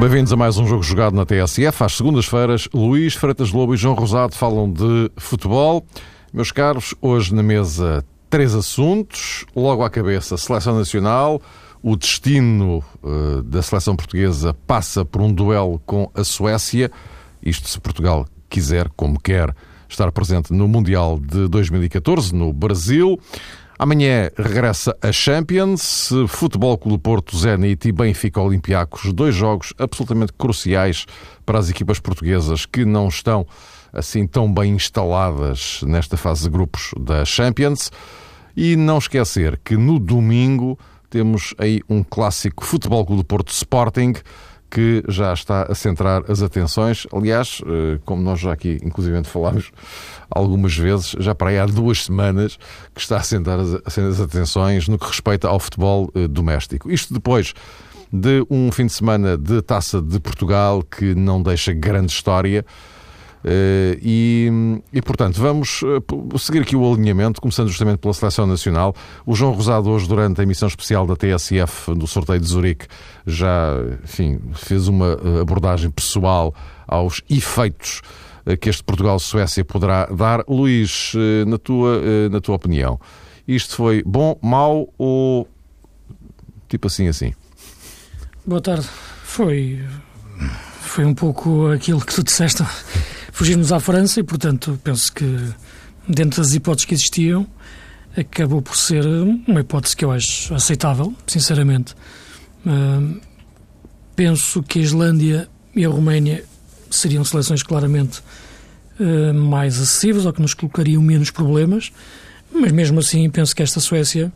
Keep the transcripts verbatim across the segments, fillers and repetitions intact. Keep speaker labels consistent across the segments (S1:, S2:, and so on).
S1: Bem-vindos a mais um Jogo Jogado na T S F. Às segundas-feiras, Luís Freitas Lobo e João Rosado falam de futebol. Meus caros, hoje na mesa três assuntos. Logo à cabeça, Seleção Nacional. O destino uh, da seleção portuguesa passa por um duelo com a Suécia. Isto se Portugal quiser, como quer, estar presente no Mundial de dois mil e catorze, no Brasil. Amanhã regressa a Champions, Futebol Clube do Porto, Zenit e Benfica Olympiacos, dois jogos absolutamente cruciais para as equipas portuguesas que não estão assim tão bem instaladas nesta fase de grupos da Champions. E não esquecer que no domingo temos aí um clássico Futebol Clube do Porto Sporting, que já está a centrar as atenções. Aliás, como nós já aqui inclusivamente falámos algumas vezes, já para aí há duas semanas que está a centrar as, as atenções no que respeita ao futebol eh, doméstico. Isto depois de um fim de semana de Taça de Portugal que não deixa grande história. Uh, e, e, portanto, vamos uh, seguir aqui o alinhamento, começando justamente pela Seleção Nacional. O João Rosado, hoje, durante a emissão especial da T S F, do sorteio de Zurique, já, enfim, fez uma abordagem pessoal aos efeitos uh, que este Portugal-Suécia poderá dar. Luís, uh, na tua, uh, na tua opinião, isto foi bom, mau ou tipo assim, assim?
S2: Boa tarde. Foi... Foi um pouco aquilo que tu disseste. Fugirmos à França e, portanto, penso que dentro das hipóteses que existiam, acabou por ser uma hipótese que eu acho aceitável, sinceramente. Uh, penso que a Islândia e a Roménia seriam seleções claramente uh, mais acessíveis ou que nos colocariam menos problemas, mas mesmo assim penso que esta Suécia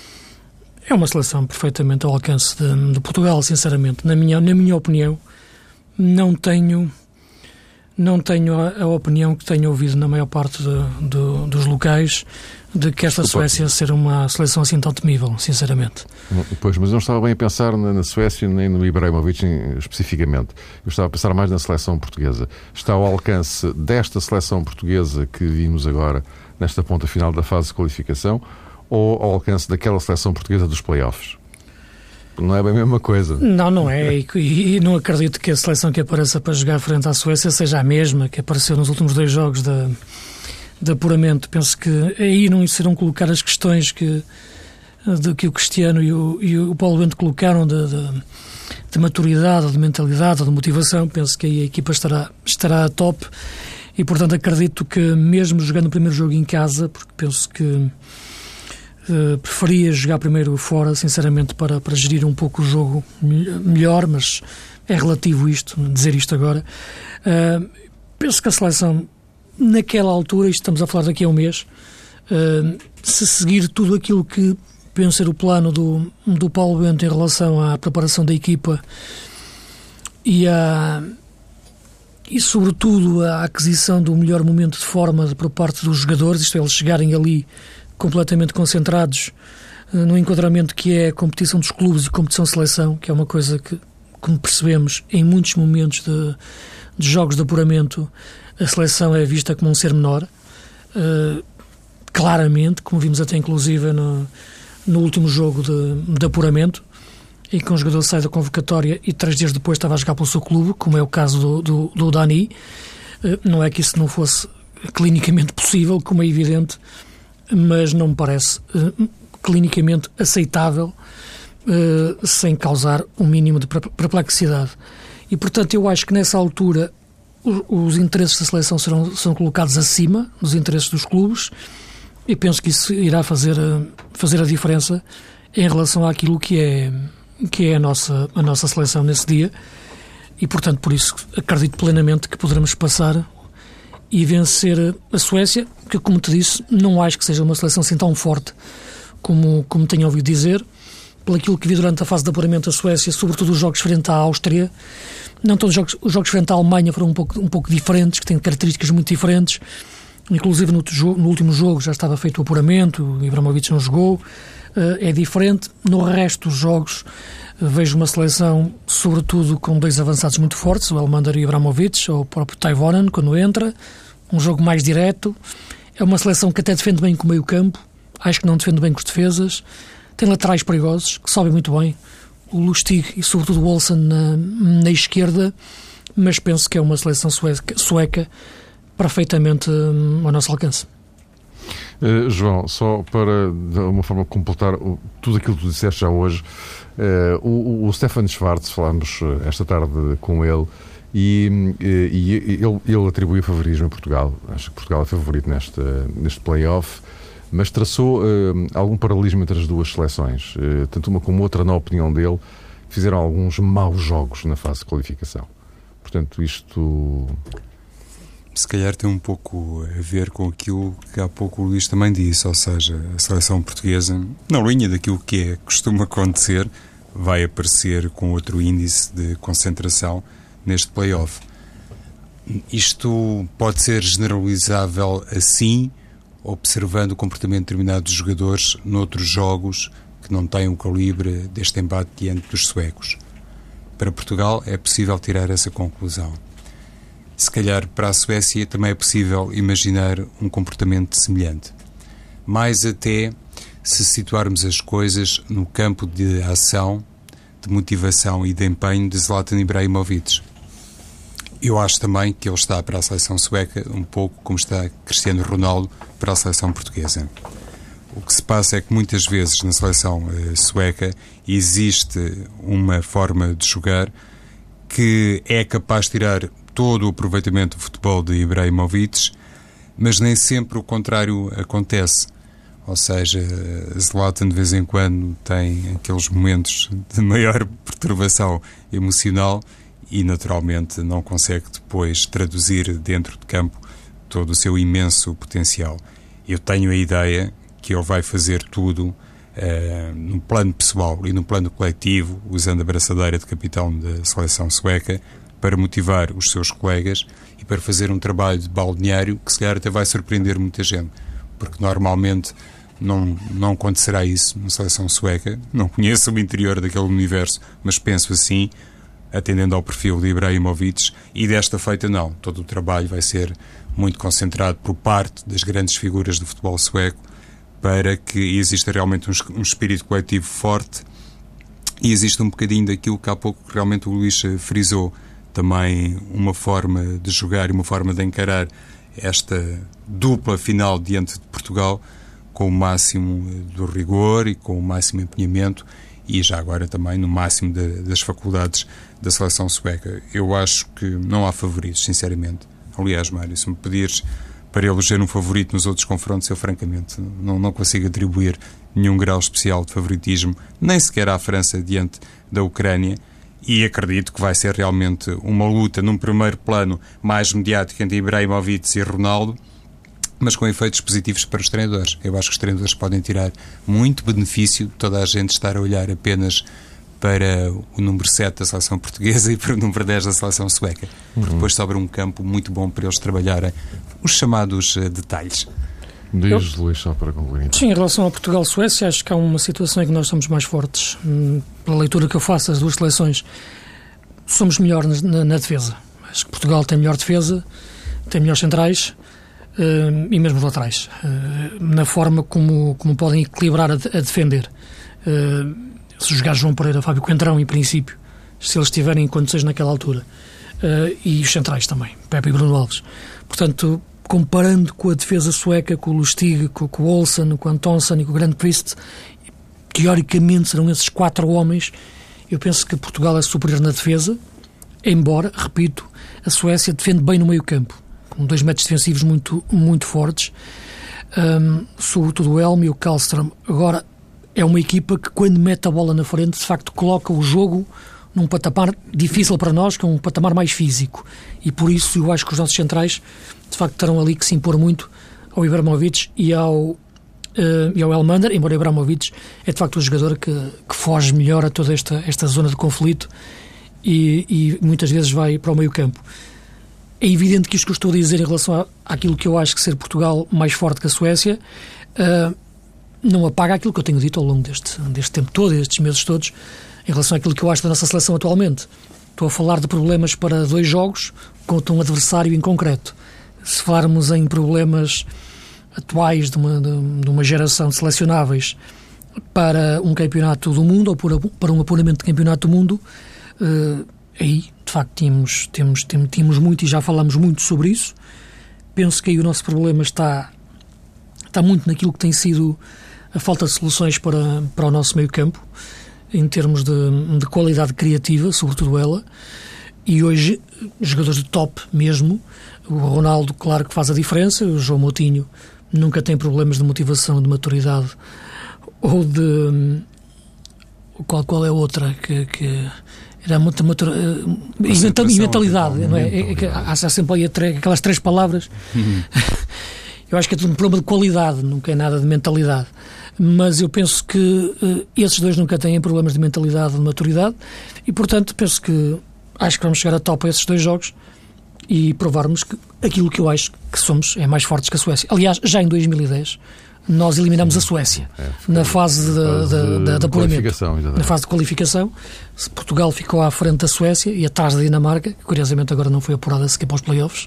S2: é uma seleção perfeitamente ao alcance de, de Portugal, sinceramente. Na minha, na minha opinião, não tenho... Não tenho a, a opinião que tenho ouvido na maior parte de, de, dos locais de que esta Desculpa. Suécia ser uma seleção assim tão temível, sinceramente.
S1: Pois, mas eu não estava bem a pensar na, na Suécia nem no Ibrahimovic especificamente. Eu estava a pensar mais na seleção portuguesa. Está ao alcance desta seleção portuguesa que vimos agora nesta ponta final da fase de qualificação ou ao alcance daquela seleção portuguesa dos play-offs? Não é bem a mesma coisa.
S2: Não, não é. E, e não acredito que a seleção que apareça para jogar frente à Suécia seja a mesma que apareceu nos últimos dois jogos de, de apuramento. Penso que aí não serão colocar as questões que, de, que o Cristiano e o, e o Paulo Bento colocaram de, de, de maturidade, de mentalidade, de motivação. Penso que aí a equipa estará, estará a top e, portanto, acredito que mesmo jogando o primeiro jogo em casa, porque penso que Uh, preferia jogar primeiro fora, sinceramente, para, para gerir um pouco o jogo melhor, mas é relativo isto, dizer isto agora. Uh, penso que a seleção, naquela altura, isto estamos a falar daqui a um mês, uh, se seguir tudo aquilo que penso ser o plano do, do Paulo Bento em relação à preparação da equipa e, a, e sobretudo, à aquisição do melhor momento de forma por parte dos jogadores, isto é, eles chegarem ali completamente concentrados uh, no enquadramento que é a competição dos clubes e competição-seleção, que é uma coisa que, como percebemos, em muitos momentos de, de jogos de apuramento, a seleção é vista como um ser menor. Uh, claramente, como vimos até inclusive no, no último jogo de, de apuramento, em que um jogador sai da convocatória e três dias depois estava a jogar pelo seu clube, como é o caso do, do, do Dani. Uh, não é que isso não fosse clinicamente possível, como é evidente, mas não me parece uh, clinicamente aceitável, uh, sem causar um mínimo de perplexidade. E, portanto, eu acho que nessa altura os, os interesses da seleção serão, serão colocados acima dos interesses dos clubes e penso que isso irá fazer, uh, fazer a diferença em relação àquilo que é, que é a, nossa, a nossa seleção nesse dia e, portanto, por isso acredito plenamente que poderemos passar e vencer a Suécia, que, como te disse, não acho que seja uma seleção assim tão forte como, como tenho ouvido dizer. Pelo aquilo que vi durante a fase de apuramento da Suécia, sobretudo os jogos frente à Áustria, não todos os jogos, os jogos frente à Alemanha foram um pouco, um pouco diferentes, que têm características muito diferentes. Inclusive no, no último jogo já estava feito o apuramento, o Ibrahimovic não jogou, é diferente. No resto dos jogos vejo uma seleção, sobretudo com dois avançados muito fortes, o Elmander e o Ibrahimovic, ou o próprio Taivonen, quando entra, um jogo mais direto. É uma seleção que até defende bem com o meio campo, acho que não defende bem com os defesas, tem laterais perigosos, que sobem muito bem, o Lustig e sobretudo o Olsen na, na esquerda, mas penso que é uma seleção sueca, sueca perfeitamente um, ao nosso alcance.
S1: Uh, João, só para de uma forma completar uh, tudo aquilo que tu disseste já hoje, uh, o, o Stefan Schwarz, falámos uh, esta tarde com ele, e, uh, e ele, ele atribuiu favoritismo a Portugal. Acho que Portugal é favorito neste, neste play-off, mas traçou uh, algum paralelismo entre as duas seleções. Uh, tanto uma como outra, na opinião dele, fizeram alguns maus jogos na fase de qualificação. Portanto, isto...
S3: Se calhar tem um pouco a ver com aquilo que há pouco o Luís também disse, ou seja, a seleção portuguesa, na linha daquilo que é, costuma acontecer, vai aparecer com outro índice de concentração neste play-off. Isto pode ser generalizável assim, observando o comportamento de determinados jogadores noutros jogos que não têm o calibre deste embate diante dos suecos. Para Portugal é possível tirar essa conclusão. Se calhar para a Suécia também é possível imaginar um comportamento semelhante. Mais até se situarmos as coisas no campo de ação, de motivação e de empenho de Zlatan Ibrahimovic. Eu acho também que ele está para a seleção sueca um pouco como está Cristiano Ronaldo para a seleção portuguesa. O que se passa é que muitas vezes na seleção uh, sueca existe uma forma de jogar que é capaz de tirar todo o aproveitamento do futebol de Ibrahimovic, mas nem sempre o contrário acontece. Ou seja, Zlatan de vez em quando tem aqueles momentos de maior perturbação emocional e naturalmente não consegue depois traduzir dentro de campo todo o seu imenso potencial. Eu tenho a ideia que ele vai fazer tudo uh, no plano pessoal e no plano coletivo, usando a braçadeira de capitão da seleção sueca, para motivar os seus colegas e para fazer um trabalho de balneário que se calhar até vai surpreender muita gente, porque normalmente não, não acontecerá isso na seleção sueca. Não conheço o interior daquele universo, mas penso assim, atendendo ao perfil de Ibrahimovic, e desta feita não. Todo o trabalho vai ser muito concentrado por parte das grandes figuras do futebol sueco para que exista realmente um, um espírito coletivo forte e exista um bocadinho daquilo que há pouco realmente o Luís frisou, também uma forma de jogar e uma forma de encarar esta dupla final diante de Portugal com o máximo do rigor e com o máximo empenhamento e já agora também no máximo de, das faculdades da seleção sueca. Eu acho que não há favoritos, sinceramente. Aliás, Mário, se me pedires para eleger um favorito nos outros confrontos, eu francamente não, não consigo atribuir nenhum grau especial de favoritismo, nem sequer à França diante da Ucrânia. E acredito que vai ser realmente uma luta num primeiro plano mais mediático entre Ibrahimovic e Ronaldo, mas com efeitos positivos para os treinadores. Eu acho que os treinadores podem tirar muito benefício de toda a gente estar a olhar apenas para o número sete da seleção portuguesa e para o número dez da seleção sueca. Porque uhum. depois sobra um campo muito bom para eles trabalharem os chamados uh, detalhes.
S1: Diz, Luís, só para concluir.
S2: Sim, em relação a Portugal-Suécia, acho que há uma situação em que nós somos mais fortes. Pela leitura que eu faço das duas seleções, somos melhores na, na defesa. Acho que Portugal tem melhor defesa, tem melhores centrais uh, e mesmo laterais. Uh, na forma como, como podem equilibrar a, a defender. Uh, se jogar João Pereira, Fábio Coentrão, em princípio, se eles estiverem em condições naquela altura. Uh, e os centrais também, Pepe e Bruno Alves. Portanto, comparando com a defesa sueca, com o Lustig, com, com o Olsen, com o Antonsson e com o Grandqvist, teoricamente serão esses quatro homens. Eu penso que Portugal é superior na defesa, embora, repito, a Suécia defende bem no meio campo, com dois métodos defensivos muito, muito fortes, um, sobretudo o Elm e o Kallström. Agora, é uma equipa que quando mete a bola na frente, de facto coloca o jogo num patamar difícil para nós, que é um patamar mais físico. E por isso eu acho que os nossos centrais de facto terão ali que se impor muito ao Ibrahimovic e ao, uh, e ao Elmander, embora o Ibrahimovic é de facto o jogador que, que foge melhor a toda esta, esta zona de conflito e, e muitas vezes vai para o meio campo. É evidente que isto que eu estou a dizer em relação à, àquilo que eu acho que ser Portugal mais forte que a Suécia uh, não apaga aquilo que eu tenho dito ao longo deste, deste tempo todo, destes meses todos, em relação àquilo que eu acho da nossa seleção atualmente. Estou a falar de problemas para dois jogos contra um adversário em concreto. Se falarmos em problemas atuais de uma, de, de uma geração de selecionáveis para um campeonato do mundo ou para um apuramento de campeonato do mundo, uh, aí, de facto, tínhamos, temos, temos, tínhamos muito e já falámos muito sobre isso. Penso que aí o nosso problema está, está muito naquilo que tem sido a falta de soluções para, para o nosso meio-campo, em termos de, de qualidade criativa, sobretudo ela. E hoje, jogadores de top mesmo, o Ronaldo, claro que faz a diferença, o João Moutinho nunca tem problemas de motivação, de maturidade, ou de... Qual, qual é a outra que... que era muita matura, e, mental, e mentalidade, não é? É, é, há, há sempre ali aquelas três palavras. Uhum. Eu acho que é tudo um problema de qualidade, nunca é nada de mentalidade. Mas eu penso que uh, esses dois nunca têm problemas de mentalidade, de maturidade, e portanto penso que acho que vamos chegar a top a esses dois jogos e provarmos que aquilo que eu acho que somos é mais fortes que a Suécia. Aliás, já em dois mil e dez nós eliminamos a Suécia é, na fase de, de, de, de, de apuramento, na fase de qualificação. Portugal ficou à frente da Suécia e atrás da Dinamarca, que curiosamente agora não foi apurada sequer para os playoffs,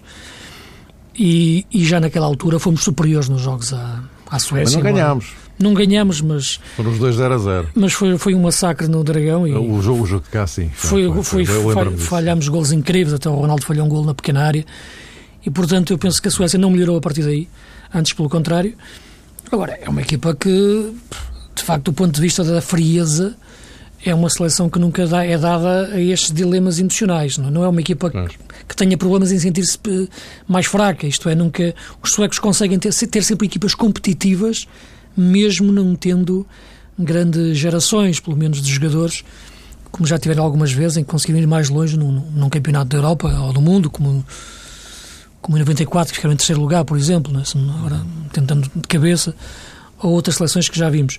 S2: e, e já naquela altura fomos superiores nos jogos à, à Suécia.
S1: Mas não ganhámos.
S2: Não ganhámos, mas...
S1: Foram os dois zero a zero.
S2: Mas foi, foi um massacre no Dragão. E
S1: o jogo, o jogo de cá, sim.
S2: Foi, foi, foi, foi, falhámos golos incríveis, até o Ronaldo falhou um golo na pequena área. E, portanto, eu penso que a Suécia não melhorou a partir daí. Antes, pelo contrário. Agora, é uma equipa que, de facto, do ponto de vista da frieza, é uma seleção que nunca dá, é dada a estes dilemas emocionais. Não, não é uma equipa que, que tenha problemas em sentir-se mais fraca. Isto é, nunca... Os suecos conseguem ter, ter sempre equipas competitivas, mesmo não tendo grandes gerações, pelo menos, de jogadores, como já tiveram algumas vezes, em que conseguiram ir mais longe num, num campeonato da Europa ou do mundo, como, como em noventa e quatro, que ficaram em terceiro lugar, por exemplo, né? Agora tentando de cabeça, ou outras seleções que já vimos.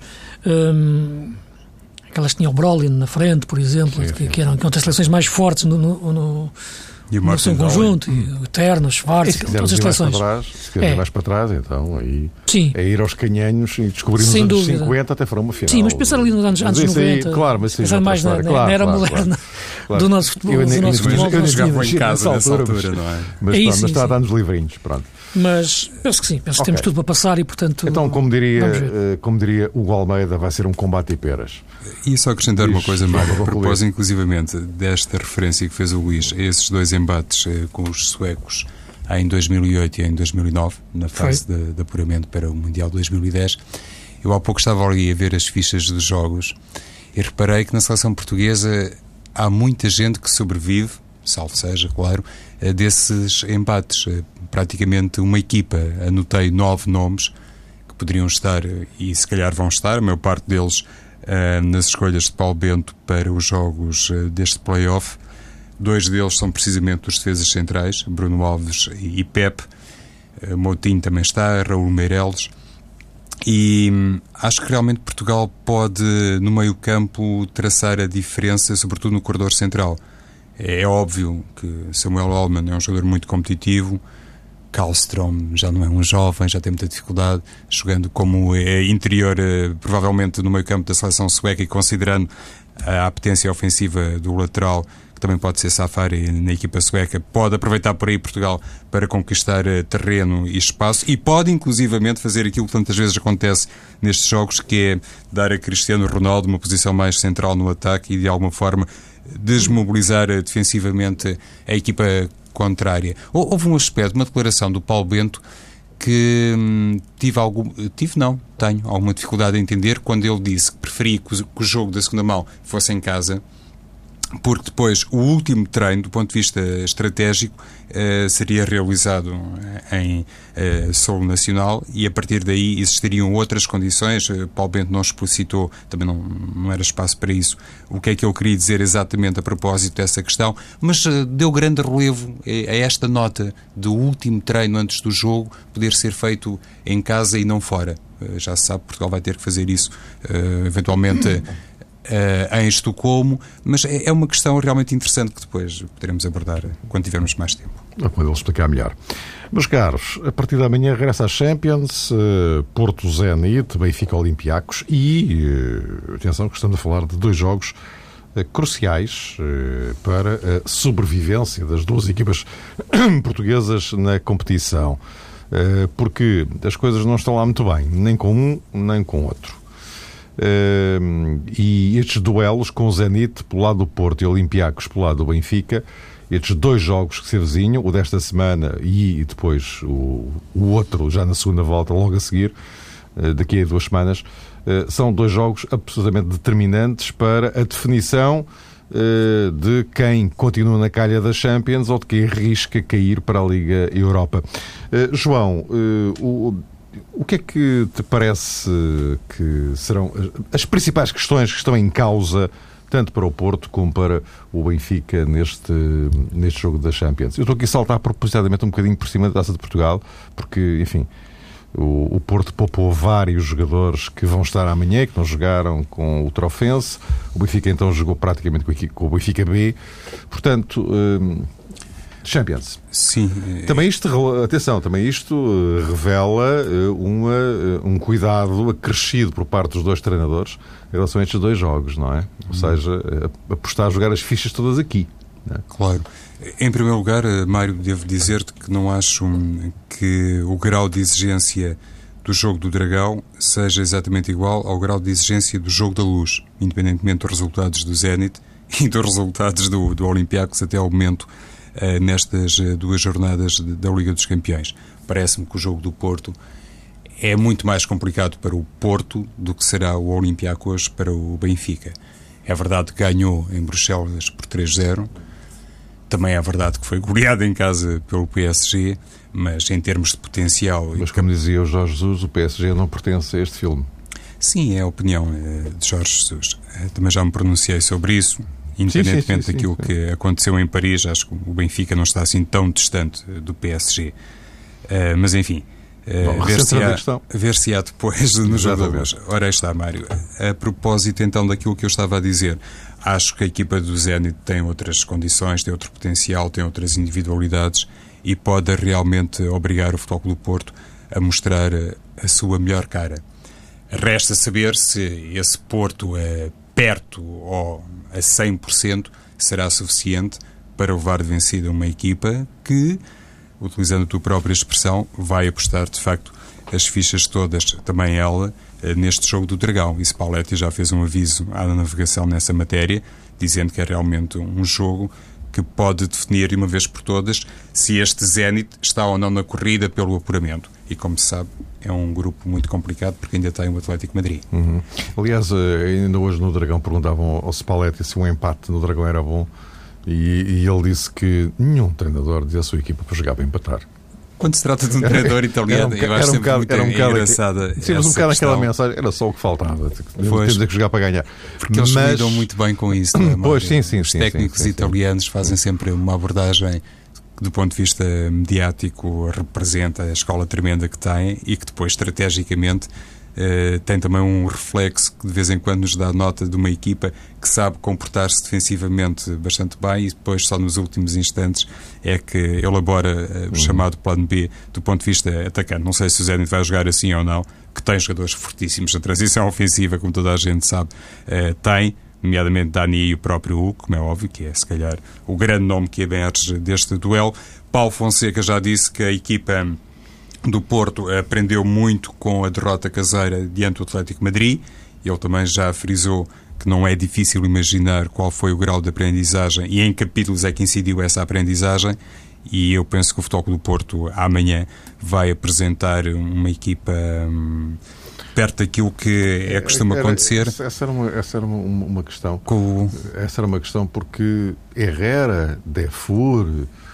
S2: Hum, aquelas que tinham o Brolin na frente, por exemplo, sim, que, que eram que outras seleções mais fortes no, no, no
S3: e o
S2: no seu conjunto, e o Eterno, Schwarz, todas as seleções.
S1: Trás, se quiser é. mais para trás, então aí
S2: sim.
S1: é ir aos canhenhos e descobrimos nos anos cinquenta até foram uma final.
S2: Sim, mas pensar ali nos anos, anos noventa,
S1: aí, claro, mas
S2: pensar mais na, claro, na era claro, moderna
S1: claro.
S2: do nosso futebol. Eu, do nosso futebol
S3: eu jogava em casa nessa altura,
S1: altura,
S3: não é?
S1: Mas,
S2: é
S1: isso,
S2: sim,
S1: mas está
S2: sim.
S1: a dar-nos livrinhos, pronto.
S2: Mas penso que sim, penso que okay. temos tudo para passar e, portanto...
S1: Então, como diria, como diria o Almeida, vai ser um combate e peras.
S3: E só acrescentar uma coisa mais, a propósito, inclusivamente, desta referência que fez o Luís a esses dois embates eh, com os suecos em dois mil e oito e em dois mil e nove, na fase de, de apuramento para o Mundial de dois mil e dez. Eu há pouco estava ali a ver as fichas dos jogos e reparei que na seleção portuguesa há muita gente que sobrevive, salvo seja, claro, desses embates. Praticamente uma equipa. Anotei nove nomes que poderiam estar, e se calhar vão estar, a maior parte deles uh, nas escolhas de Paulo Bento para os jogos uh, deste play-off. Dois deles são precisamente os defesas centrais, Bruno Alves e Pepe. Uh, Moutinho também está, Raul Meireles. E hum, acho que realmente Portugal pode, no meio-campo, traçar a diferença, sobretudo no corredor central. É, é óbvio que Samuel Alman é um jogador muito competitivo. Karlström já não é um jovem, já tem muita dificuldade, jogando como é interior, provavelmente no meio campo da seleção sueca, e considerando a apetência ofensiva do lateral, que também pode ser Safari na equipa sueca, pode aproveitar por aí Portugal para conquistar terreno e espaço, e pode inclusivamente fazer aquilo que tantas vezes acontece nestes jogos, que é dar a Cristiano Ronaldo uma posição mais central no ataque e de alguma forma desmobilizar defensivamente a equipa contrária. Houve um aspecto, uma declaração do Paulo Bento que hum, tive algum, tive não, tenho alguma dificuldade a entender, quando ele disse que preferia que o, que o jogo da segunda mão fosse em casa, porque depois o último treino, do ponto de vista estratégico, uh, seria realizado em uh, solo nacional, e a partir daí existiriam outras condições. uh, Paulo Bento não explicitou, também não, não era espaço para isso, o que é que eu queria dizer exatamente a propósito dessa questão, mas uh, deu grande relevo a, a esta nota do último treino antes do jogo poder ser feito em casa e não fora. Uh, já se sabe que Portugal vai ter que fazer isso uh, eventualmente Uh, em Estocolmo, mas é, é uma questão realmente interessante que depois poderemos abordar quando tivermos mais tempo.
S1: Quando ele explicar melhor. Meus caros, a partir da manhã regressa a Champions, uh, Porto Zenit, Benfica Olympiacos e, uh, atenção que estamos a falar de dois jogos uh, cruciais uh, para a sobrevivência das duas equipas portuguesas na competição, uh, porque as coisas não estão lá muito bem, nem com um, nem com outro. Uh, e estes duelos com o Zenit pelo lado do Porto e Olympiacos pelo lado do Benfica, estes dois jogos que se avizinham, o desta semana e depois o, o outro já na segunda volta, logo a seguir, uh, daqui a duas semanas, uh, são dois jogos absolutamente determinantes para a definição uh, de quem continua na calha da Champions ou de quem arrisca cair para a Liga Europa. Uh, João, uh, o O que é que te parece que serão as principais questões que estão em causa, tanto para o Porto como para o Benfica, neste, neste jogo da Champions? Eu estou aqui a saltar propositadamente um bocadinho por cima da Taça de Portugal, porque, enfim, o, o Porto poupou vários jogadores que vão estar amanhã, que não jogaram com o Trofense. O Benfica, então, jogou praticamente com, com o Benfica B. Portanto... Hum, Champions.
S3: Sim.
S1: Também isto, atenção, também isto revela uma, um cuidado acrescido por parte dos dois treinadores em relação a estes dois jogos, não é? Ou seja, apostar a jogar as fichas todas aqui. Não é?
S3: Claro. Em primeiro lugar, Mário, devo dizer-te que não acho que o grau de exigência do jogo do Dragão seja exatamente igual ao grau de exigência do jogo da Luz, independentemente dos resultados do Zenit e dos resultados do, do Olympiacos até ao momento, nestas duas jornadas da Liga dos Campeões. Parece-me que o jogo do Porto é muito mais complicado para o Porto do que será o Olympiacos para o Benfica. É verdade que ganhou em Bruxelas por três a zero, também é verdade que foi goleado em casa pelo P S G, mas em termos de potencial...
S1: Mas como dizia o Jorge Jesus, o P S G não pertence a este filme.
S3: Sim, é a opinião de Jorge Jesus. Também já me pronunciei sobre isso. Independentemente sim, sim, sim, daquilo sim, sim. que aconteceu em Paris, acho que o Benfica não está assim tão distante do P S G. Uh, mas, enfim, uh, ver-se há, ver-se há depois no jogo da Luz. Ora, aí está, Mário. A propósito, então, daquilo que eu estava a dizer, acho que a equipa do Zenit tem outras condições, tem outro potencial, tem outras individualidades e pode realmente obrigar o Futebol Clube do Porto a mostrar a sua melhor cara. Resta saber se esse Porto é perto ou a cem por cento será suficiente para levar de vencida uma equipa que, utilizando a tua própria expressão, vai apostar de facto as fichas todas, também ela, neste jogo do Dragão. E Spalletti já fez um aviso à navegação nessa matéria, dizendo que é realmente um jogo que pode definir de uma vez por todas se este Zenit está ou não na corrida pelo apuramento. E, como se sabe, é um grupo muito complicado porque ainda tem o Atlético Madrid.
S1: Uhum. Aliás, ainda hoje no Dragão perguntavam ao Spalletti se um empate no Dragão era bom e, e ele disse que nenhum treinador diz a sua equipa para jogar para empatar.
S3: Quando se trata de um treinador italiano, um, eu acho sempre um muito um engraçada.
S1: Sim, mas um bocado aquela mensagem, era só o que faltava.
S3: Pois,
S1: temos que jogar para ganhar.
S3: Porque eles mas... lidam muito bem com isso. Não é,
S1: pois, sim, sim,
S3: Os
S1: sim,
S3: técnicos
S1: sim, sim,
S3: italianos
S1: sim.
S3: fazem sempre uma abordagem que, do ponto de vista mediático, representa a escola tremenda que têm e que depois, estrategicamente, Uh, tem também um reflexo que de vez em quando nos dá nota de uma equipa que sabe comportar-se defensivamente bastante bem e depois só nos últimos instantes é que elabora uh, o uhum. chamado plano B do ponto de vista atacante. Não sei se o Zenit vai jogar assim ou não, que tem jogadores fortíssimos. A transição ofensiva, como toda a gente sabe, uh, tem, nomeadamente Dani e o próprio Hugo, como é óbvio, que é se calhar o grande nome que emerge deste duelo. Paulo Fonseca já disse que a equipa do Porto aprendeu muito com a derrota caseira diante do Atlético Madrid. Ele também já frisou que não é difícil imaginar qual foi o grau de aprendizagem e em que capítulos é que incidiu essa aprendizagem, e eu penso que o Futebol Clube do Porto amanhã vai apresentar uma equipa hum, perto daquilo que é costume
S1: era,
S3: acontecer.
S1: Essa era uma, essa era uma, uma questão.
S3: Com...
S1: Essa era uma questão porque Herrera, Defur...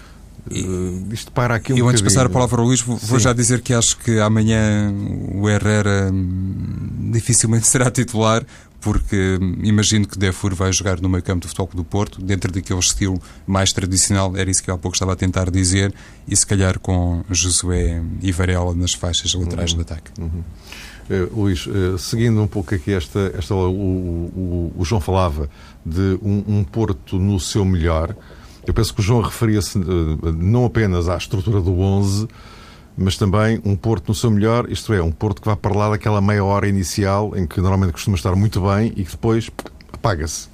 S1: Uh, isto para aqui um
S3: Eu, antes de passar a
S1: bocadinho.
S3: palavra ao Luís, vou, vou já dizer que acho que amanhã o Herrera hum, dificilmente será titular, porque hum, imagino que Defur vai jogar no meio campo do Futebol Clube do Porto, dentro daquele estilo mais tradicional, era isso que eu há pouco estava a tentar dizer, e se calhar com Josué e Varela nas faixas laterais
S1: uhum.
S3: do ataque.
S1: Uhum. Uh, Luís, uh, seguindo um pouco aqui esta, esta o, o, o João falava de um, um Porto no seu melhor. Eu penso que o João referia-se uh, não apenas à estrutura do onze, mas também um Porto no seu melhor, isto é, um Porto que vai para lá daquela meia hora inicial em que normalmente costuma estar muito bem e que depois apaga-se.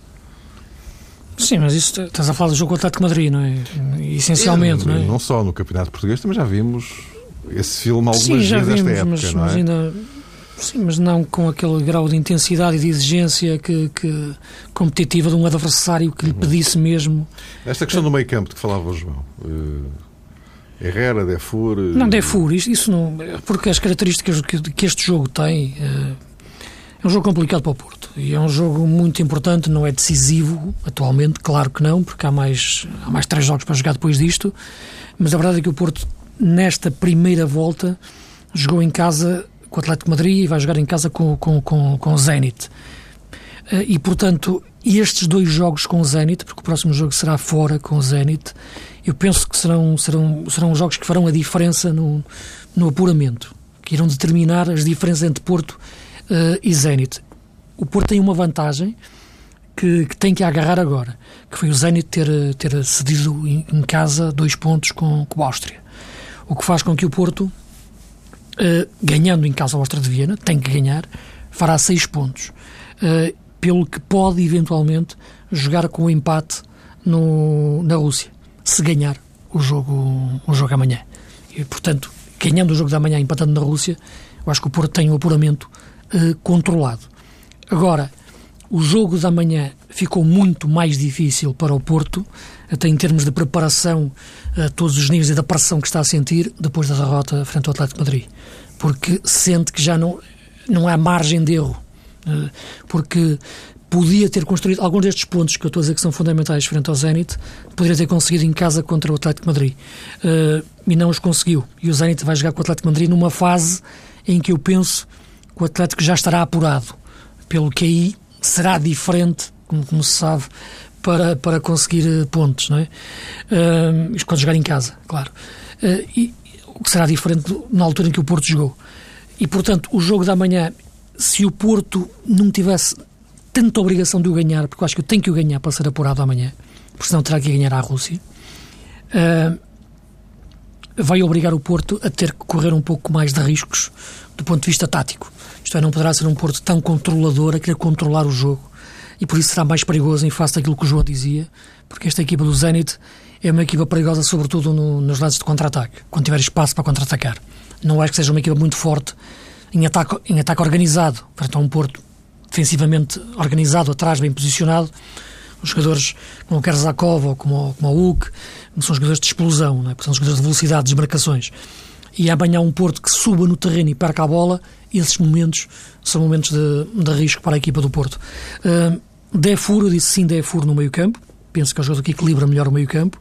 S2: Sim, mas isso estás a falar do jogo contra o Atlético Madrid, não é? Essencialmente,
S1: é,
S2: não é?
S1: Não só no Campeonato Português, também já vimos esse filme algumas
S2: Sim, já
S1: vezes
S2: vimos,
S1: nesta época,
S2: mas,
S1: não é?
S2: Mas ainda... Sim, mas não com aquele grau de intensidade e de exigência que, que, competitiva de um adversário que lhe pedisse mesmo.
S1: Esta questão do meio campo de que falava o João, uh, Herrera, Defur... Uh...
S2: Não, Defur, isso, isso não... Porque as características que, que este jogo tem... Uh, é um jogo complicado para o Porto. E é um jogo muito importante, não é decisivo atualmente, claro que não, porque há mais, há mais três jogos para jogar depois disto. Mas a verdade é que o Porto, nesta primeira volta, jogou em casa com o Atlético de Madrid e vai jogar em casa com, com, com, com o Zenit. E, portanto, estes dois jogos com o Zenit, porque o próximo jogo será fora com o Zenit, eu penso que serão, serão, serão jogos que farão a diferença no, no apuramento, que irão determinar as diferenças entre Porto uh, e Zenit. O Porto tem uma vantagem que, que tem que agarrar agora, que foi o Zenit ter, ter cedido em, em casa dois pontos com, com a Áustria. O que faz com que o Porto, Uh, ganhando em casa a Áustria de Viena, tem que ganhar, fará seis pontos, uh, pelo que pode eventualmente jogar com o empate no, na Rússia, se ganhar o jogo, o jogo amanhã. E, portanto, ganhando o jogo da manhã, empatando na Rússia, eu acho que o Porto tem o apuramento uh, controlado. Agora, o jogo da manhã ficou muito mais difícil para o Porto, até em termos de preparação a todos os níveis e da pressão que está a sentir depois da derrota frente ao Atlético de Madrid, porque sente que já não, não há margem de erro, porque podia ter construído alguns destes pontos que eu estou a dizer que são fundamentais frente ao Zenit, poderia ter conseguido em casa contra o Atlético de Madrid, e não os conseguiu. E o Zenit vai jogar com o Atlético de Madrid numa fase em que eu penso que o Atlético já estará apurado, pelo que aí será diferente, como, como se sabe, para, para conseguir pontos, não é? Uh, isto quando jogar em casa, claro. Uh, e o que será diferente na altura em que o Porto jogou. E, portanto, o jogo da manhã, se o Porto não tivesse tanta obrigação de o ganhar, porque eu acho que eu tenho que o ganhar para ser apurado amanhã, porque senão terá que ganhar à Rússia, uh, vai obrigar o Porto a ter que correr um pouco mais de riscos do ponto de vista tático. Isto é, não poderá ser um Porto tão controlador a querer controlar o jogo. E por isso será mais perigoso em face daquilo que o João dizia, porque esta equipa do Zenit é uma equipa perigosa, sobretudo no, nos lances de contra-ataque, quando tiver espaço para contra-atacar. Não acho que seja uma equipa muito forte em ataque, em ataque organizado, frente a um Porto defensivamente organizado, atrás, bem posicionado. Os jogadores como o Kerzakov ou como, como o Hulk são jogadores de explosão, não é? Porque são jogadores de velocidade, de desmarcações. E amanhã um Porto que suba no terreno e perca a bola, esses momentos são momentos de, de risco para a equipa do Porto. Uh, Defur, eu disse sim, Defur no meio campo, penso que é o jogador que equilibra melhor o meio campo.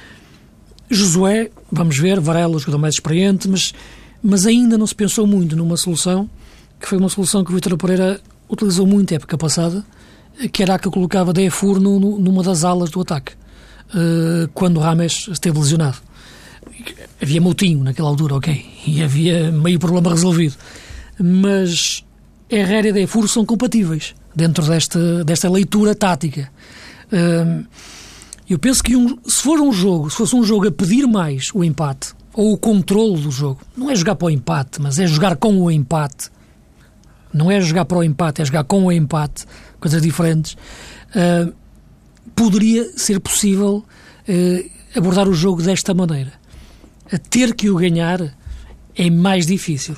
S2: Josué, vamos ver, Varela, o jogador mais experiente, mas, mas ainda não se pensou muito numa solução, que foi uma solução que o Vítor Pereira utilizou muito na época passada, que era a que eu colocava Defur no, no, numa das alas do ataque, uh, quando o Rames esteve lesionado. Havia Moutinho naquela altura, ok, e havia meio problema resolvido, mas Herrera e Defur são compatíveis dentro desta, desta leitura tática. Um, eu penso que um, se for um jogo, se fosse um jogo a pedir mais o empate, ou o controle do jogo, não é jogar para o empate, mas é jogar com o empate, não é jogar para o empate, é jogar com o empate, coisas diferentes, uh, poderia ser possível uh, abordar o jogo desta maneira. A ter que o ganhar é mais difícil,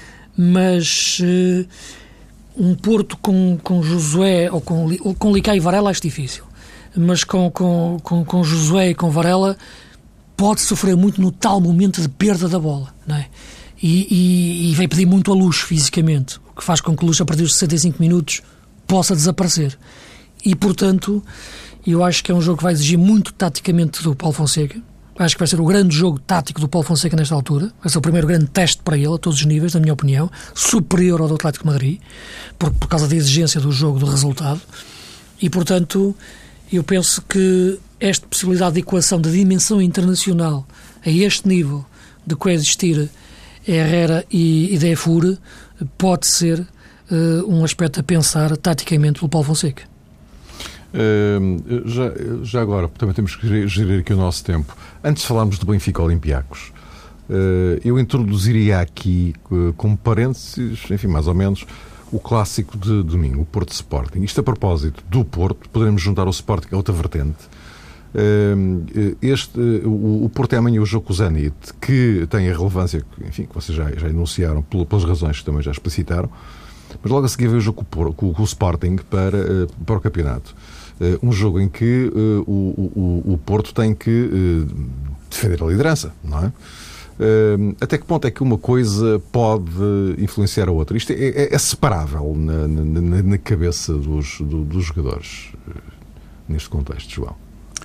S2: mas uh, um Porto com, com Josué ou com, ou com Licá e Varela acho difícil, mas com, com, com, com Josué e com Varela pode sofrer muito no tal momento de perda da bola, não é? E, e, e vai pedir muito a Luz fisicamente, o que faz com que o Luz a partir dos sessenta e cinco minutos possa desaparecer. E portanto eu acho que é um jogo que vai exigir muito taticamente do Paulo Fonseca. Acho que vai ser o grande jogo tático do Paulo Fonseca nesta altura. Vai ser o primeiro grande teste para ele, a todos os níveis, na minha opinião, superior ao do Atlético de Madrid, por, por causa da exigência do jogo, do resultado. E, portanto, eu penso que esta possibilidade de equação de dimensão internacional a este nível de coexistir Herrera e, e Defur pode ser uh, um aspecto a pensar taticamente pelo Paulo Fonseca.
S1: Uh, já, já agora, também temos que gerir aqui o nosso tempo. Antes de falarmos do Benfica Olympiacos, uh, eu introduziria aqui, uh, como parênteses, enfim, mais ou menos, o clássico de domingo, o Porto Sporting. Isto a propósito do Porto, poderemos juntar o Sporting a outra vertente. Este, o, o Porto é amanhã o jogo com o Zenit, que tem a relevância que, enfim, que vocês já, já enunciaram pelas razões que também já explicitaram, mas logo a seguir vem o jogo com, com, com o Sporting para, para o campeonato. Um jogo em que o, o, o Porto tem que defender a liderança, não é? Até que ponto é que uma coisa pode influenciar a outra? Isto é, é, é separável na, na, na cabeça dos, do, dos jogadores neste contexto, João?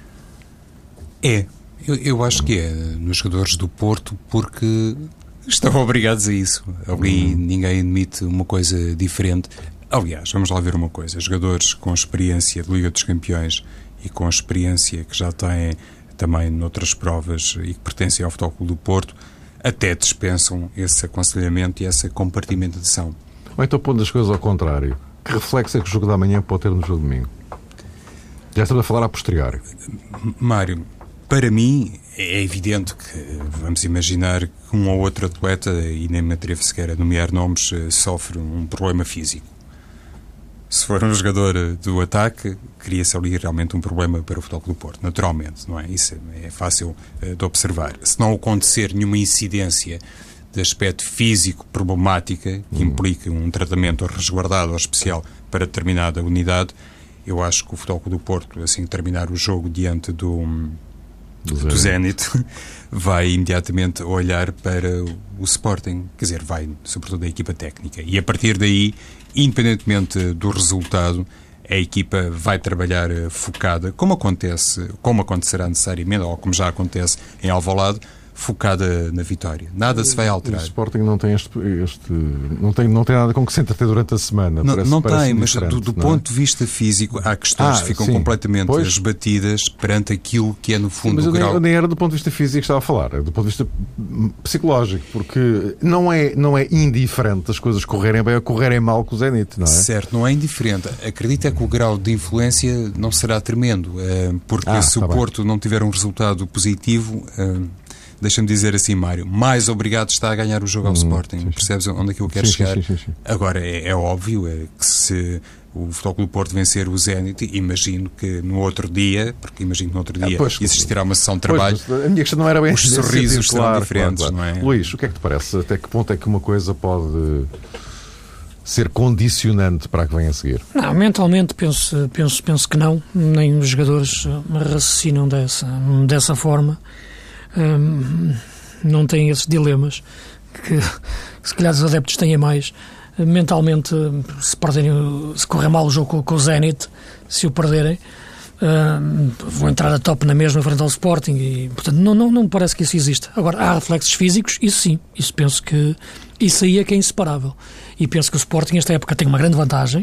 S3: É, eu, eu acho que é nos jogadores do Porto, porque estão obrigados a isso. Ali hum. ninguém admite uma coisa diferente. Aliás, vamos lá ver uma coisa. Jogadores com experiência de Liga dos Campeões e com experiência que já têm também noutras provas e que pertencem ao Futebol Clube do Porto, até dispensam esse aconselhamento e essa compartimentação.
S1: Ou então, pondo as coisas ao contrário, que reflexo é que o jogo da manhã pode ter no jogo de domingo? Já estamos a falar a posteriori.
S3: Mário, para mim é evidente que vamos imaginar que um ou outro atleta, e nem me atrevo sequer a nomear nomes, sofre um problema físico. Se for um jogador do ataque, cria-se ali realmente um problema para o Futebol Clube do Porto, naturalmente, não é? Isso é fácil de observar. Se não acontecer nenhuma incidência de aspecto físico problemática, que implique um tratamento resguardado ou especial para determinada unidade, eu acho que o Futebol Clube do Porto, assim que terminar o jogo diante do, do, do Zenit, vai imediatamente olhar para o Sporting, quer dizer, vai sobretudo a equipa técnica, e a partir daí, independentemente do resultado, a equipa vai trabalhar focada, como acontece, como acontecerá necessariamente, ou como já acontece em Alvalade, focada na vitória. Nada se vai alterar.
S1: O Sporting não tem este, este não tem não tem nada com que se entreter durante a semana.
S3: Não,
S1: parece,
S3: não
S1: parece
S3: tem, mas do, do ponto é? de vista físico há questões ah, que ficam sim. completamente pois. esbatidas perante aquilo que é no fundo
S1: mas
S3: o grau.
S1: Mas nem era do ponto de vista físico que estava a falar, é do ponto de vista psicológico, porque não é, não é indiferente as coisas correrem bem ou correrem mal com o Zenit, não é?
S3: Certo, não é indiferente. Acredito é que o grau de influência não será tremendo, porque ah, se tá o Porto bem. não tiver um resultado positivo, deixa-me dizer assim, Mário, mais obrigado está a ganhar o jogo ao hum, Sporting. Sim, sim. Percebes onde é que eu quero sim, chegar? Sim, sim, sim. Agora, é, é óbvio é que se o Futebol Clube do Porto vencer o Zenit, imagino que no outro dia, porque imagino que no outro dia ah, pois, existirá uma sessão de trabalho,
S1: pois, a minha questão não era bem
S3: os sorrisos serão claro, diferentes,
S1: claro, claro.
S3: não é?
S1: Luís, o que é que te parece? Até que ponto é que uma coisa pode ser condicionante para a que venha a seguir?
S2: Não, mentalmente penso, penso, penso que não. Nem os jogadores raciocinam dessa, dessa forma. Hum, não têm esses dilemas que, que se calhar os adeptos têm mais. Mentalmente, se perderem, se correr mal o jogo com, com o Zenit, se o perderem, hum, vão entrar a top na mesma frente ao Sporting e, portanto, não, não, não me parece que isso exista. Agora, há reflexos físicos, isso sim, isso penso que isso aí é que é inseparável. E penso que o Sporting esta época tem uma grande vantagem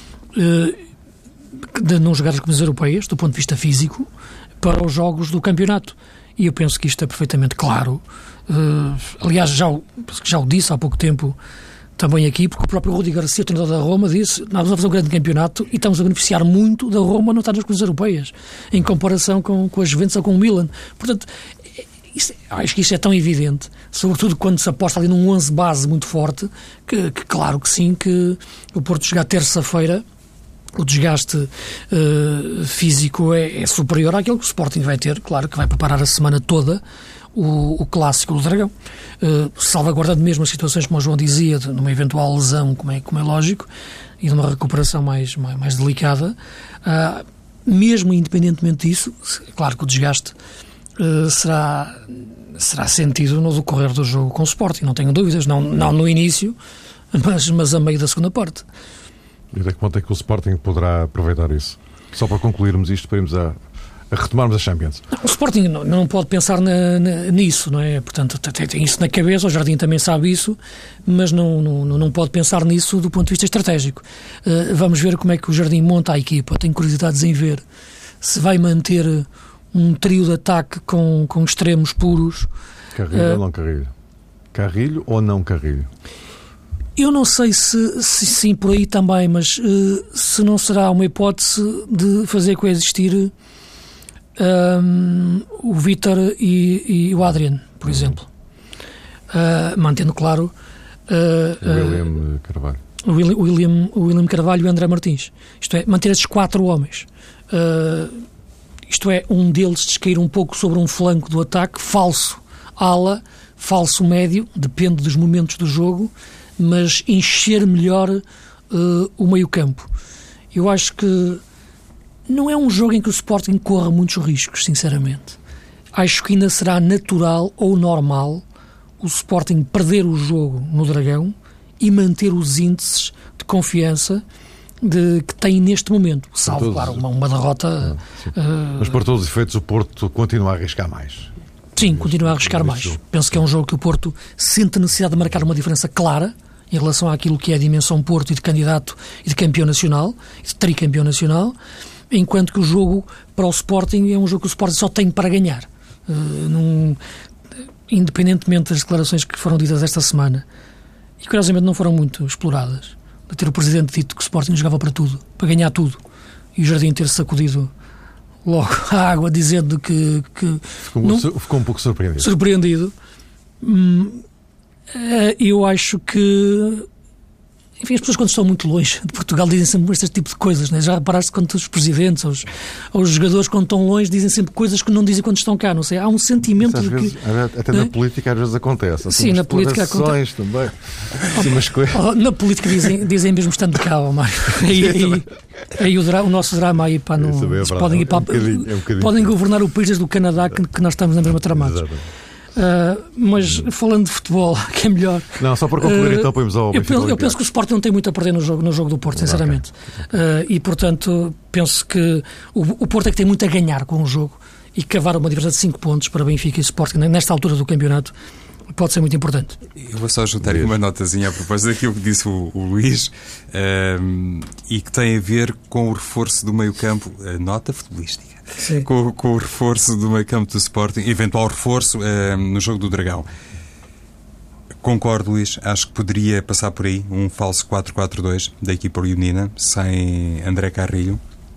S2: uh, de não jogar as competições europeias, do ponto de vista físico, para os jogos do campeonato. E eu penso que isto é perfeitamente claro. Uh, aliás, já o, já o disse há pouco tempo também aqui, porque o próprio Rudi Garcia, o treinador da Roma, disse: nós vamos a fazer um grande campeonato e estamos a beneficiar muito da Roma não estar nas competições europeias, em comparação com, com a Juventus ou com o Milan. Portanto, isso, acho que isto é tão evidente, sobretudo quando se aposta ali num onze base muito forte, que, que claro que sim, que o Porto chegar terça-feira, o desgaste uh, físico é, é superior àquele que o Sporting vai ter. Claro que vai preparar a semana toda o, o clássico do Dragão, uh, salvaguardando mesmo as situações, como o João dizia, de, numa eventual lesão, como é, como é lógico, e de uma recuperação mais, mais, mais delicada. Uh, mesmo independentemente disso, claro que o desgaste uh, será, será sentido no decorrer do jogo com o Sporting, não tenho dúvidas, não, não no início, mas, mas a meio da segunda parte.
S1: E até que ponto é que o Sporting poderá aproveitar isso? Só para concluirmos isto, para irmos a, a retomarmos a Champions.
S2: Não, o Sporting não, não pode pensar na, na, nisso, não é? Portanto, tem, tem isso na cabeça, o Jardim também sabe isso, mas não, não, não pode pensar nisso do ponto de vista estratégico. Uh, vamos ver como é que o Jardim monta a equipa. Tenho curiosidades em ver se vai manter um trio de ataque com, com extremos puros.
S1: Carrilho uh, ou não Carrilho? Carrilho ou não Carrilho?
S2: Eu não sei se, se sim por aí também, mas uh, se não será uma hipótese de fazer coexistir um, o Vítor e, e o Adrian, por exemplo. Uh, mantendo claro uh,
S1: o William uh, Carvalho.
S2: O William, William, o William Carvalho e o André Martins. Isto é, manter esses quatro homens. Uh, isto é, um deles descair um pouco sobre um flanco do ataque, falso ala, falso médio, depende dos momentos do jogo, mas encher melhor uh, o meio-campo. Eu acho que não é um jogo em que o Sporting corra muitos riscos, sinceramente. Acho que ainda será natural ou normal o Sporting perder o jogo no Dragão e manter os índices de confiança de, que tem neste momento. Salvo, todos, claro, uma, uma derrota...
S1: Uh, Mas por todos os efeitos o Porto continua a arriscar mais.
S2: Sim, continua a arriscar mais. Jogo. Penso que é um jogo que o Porto sente a necessidade de marcar uma diferença clara em relação àquilo que é a dimensão Porto e de candidato e de campeão nacional, e de tricampeão nacional, enquanto que o jogo para o Sporting é um jogo que o Sporting só tem para ganhar. Uh, num, independentemente das declarações que foram ditas esta semana, e curiosamente não foram muito exploradas, de ter o Presidente dito que o Sporting jogava para tudo, para ganhar tudo, e o Jardim ter sacudido logo a água dizendo que... que
S1: ficou,
S2: não,
S1: ficou um pouco surpreendido.
S2: Surpreendido. Hum, eu acho que... Enfim, as pessoas quando estão muito longe de Portugal dizem sempre este tipo de coisas, né? Já reparaste quando os presidentes ou os, ou os jogadores quando estão longe dizem sempre coisas que não dizem quando estão cá, não sei, há um sentimento de
S1: vezes,
S2: que...
S1: Até
S2: né?
S1: na política às vezes acontece.
S2: Assim, sim, na política acontece.
S1: Também. Sim, mas coisas...
S2: Na política dizem, dizem mesmo estando cá, oh, Mário. Aí, aí, aí o, dra- o nosso drama aí, pá, não, é podem ir para... É um bocadinho, é um bocadinho. Podem governar o país desde o Canadá que, que nós estamos na mesma tramada. Uh, mas falando de futebol, que é melhor.
S1: Não, só para concluir, uh, então põemos ao
S2: eu penso, eu penso que o Sporting não tem muito a perder no jogo, no jogo do Porto, sinceramente. Okay. Uh, e portanto, penso que o, o Porto é que tem muito a ganhar com o jogo e cavar uma diferença de cinco pontos para Benfica e Sporting nesta altura do campeonato pode ser muito importante.
S3: Eu vou só juntar aqui uma notazinha a propósito daquilo que disse o, o Luís um, e que tem a ver com o reforço do meio-campo, a nota futebolística. Com, com o reforço do meio-campo do Sporting, eventual reforço uh, no jogo do Dragão. Concordo, Luís, acho que poderia passar por aí um falso quatro quatro dois da equipa leonina, sem André Carrilho,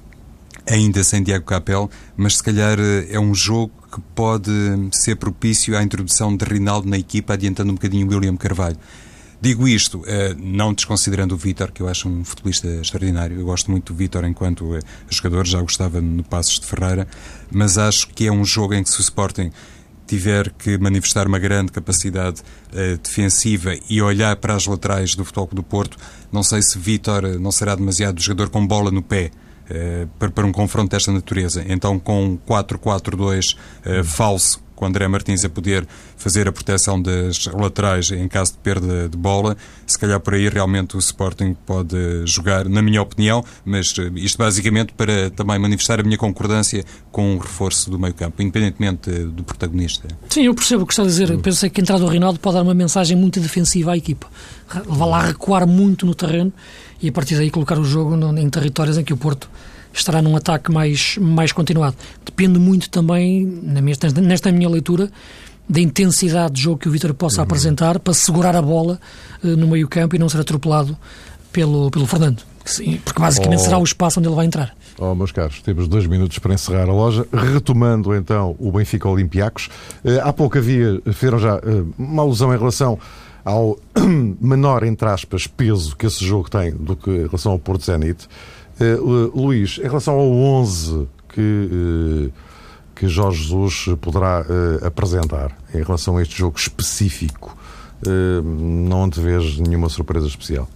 S3: ainda sem Diego Capel, mas se calhar é um jogo que pode ser propício à introdução de Rinaldo na equipa, adiantando um bocadinho o William Carvalho. Digo isto, não desconsiderando o Vítor, que eu acho um futebolista extraordinário. Eu gosto muito do Vítor enquanto jogador, já gostava no Passos de Ferreira, mas acho que é um jogo em que se o Sporting tiver que manifestar uma grande capacidade uh, defensiva e olhar para as laterais do Futebol Clube do Porto, não sei se Vítor não será demasiado jogador com bola no pé uh, para, para um confronto desta natureza. Então, com quatro quatro dois uh, falso, com André Martins a poder fazer a proteção das laterais em caso de perda de bola, se calhar por aí realmente o Sporting pode jogar, na minha opinião, mas isto basicamente para também manifestar a minha concordância com o reforço do meio-campo, independentemente do protagonista.
S2: Sim, eu percebo o que está a dizer. Eu penso que a entrada do Rinaldo pode dar uma mensagem muito defensiva à equipa. Vai lá recuar muito no terreno e a partir daí colocar o jogo em territórios em que o Porto estará num ataque mais, mais continuado. Depende muito também, nesta minha leitura, da intensidade de jogo que o Vítor possa uhum. apresentar para segurar a bola uh, no meio campo e não ser atropelado pelo, pelo Fernando. Sim, porque basicamente oh. será o espaço onde ele vai entrar.
S1: Oh, meus caros, temos dois minutos para encerrar a loja. Retomando então o Benfica Olympiacos. Uh, há pouco havia, fizeram já uh, uma alusão em relação ao menor, entre aspas, peso que esse jogo tem do que em relação ao Porto Zenit. Uh, Luís, em relação ao onze que, uh, que Jorge Jesus poderá uh, apresentar em relação a este jogo específico, uh, não te vês nenhuma surpresa especial?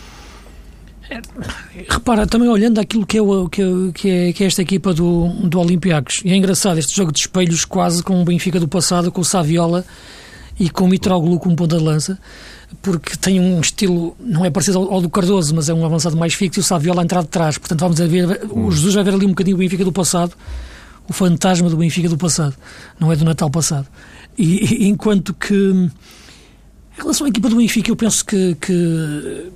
S2: É, repara, também olhando aquilo que é, o, que é, que é, que é esta equipa do, do Olympiacos, e é engraçado este jogo de espelhos quase com o Benfica do passado, com o Saviola e com o Mitroglou como ponta de lança, porque tem um estilo, não é parecido ao, ao do Cardoso, mas é um avançado mais fixo e o Saviola a entrar de trás. Portanto, vamos a ver, o Jesus vai ver ali um bocadinho o Benfica do passado, o fantasma do Benfica do passado, não é do Natal passado. E, e enquanto que, em relação à equipa do Benfica, eu penso que, que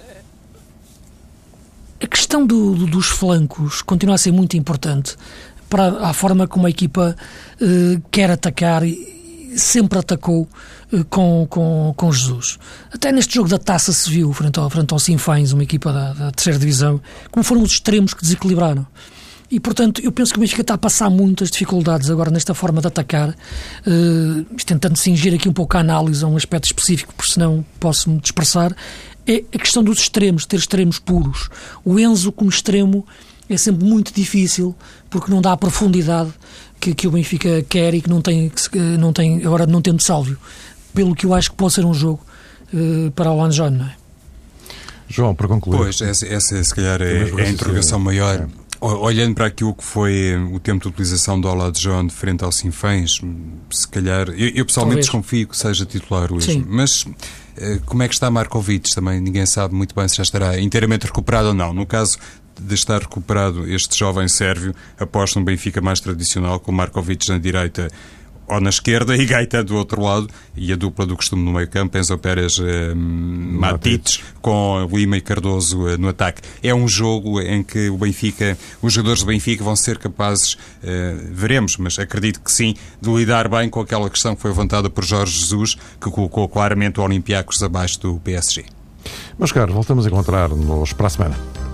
S2: a questão do, do, dos flancos continua a ser muito importante para a forma como a equipa eh, quer atacar e sempre atacou uh, com, com, com Jesus. Até neste jogo da Taça se viu, frente ao, frente ao Sinfãs, uma equipa da, da terceira divisão, como foram os extremos que desequilibraram. E, portanto, eu penso que o Benfica está a passar muitas dificuldades agora nesta forma de atacar, uh, tentando cingir aqui um pouco a análise a um aspecto específico, porque senão posso-me dispersar, é a questão dos extremos, ter extremos puros. O Enzo como extremo é sempre muito difícil, porque não dá a profundidade que, que o Benfica quer e que não tem, que não tem, agora não tendo Sálvio, pelo que eu acho que pode ser um jogo uh, para o Lanzone, não é?
S1: João, para concluir.
S3: Pois, essa, essa se calhar é, é a interrogação maior. É. Olhando para aquilo que foi o tempo de utilização do Olajuwon frente ao Sinfãs, se calhar, eu, eu pessoalmente Talvez. desconfio que seja titular, Luís, Sim. mas como é que está Markovic também? Ninguém sabe muito bem se já estará inteiramente recuperado ou não. No caso de estar recuperado este jovem sérvio, aposto num Benfica mais tradicional, com Markovic na direita ou na esquerda e Gaeta do outro lado, e a dupla do costume no meio campo, Enzo Pérez, eh, Matites, com Lima e Cardoso eh, no ataque. É um jogo em que o Benfica, os jogadores do Benfica vão ser capazes, eh, veremos, mas acredito que sim, de lidar bem com aquela questão que foi levantada por Jorge Jesus, que colocou claramente o Olympiacos abaixo do P S G.
S1: Meus caros, voltamos a encontrar-nos para a semana.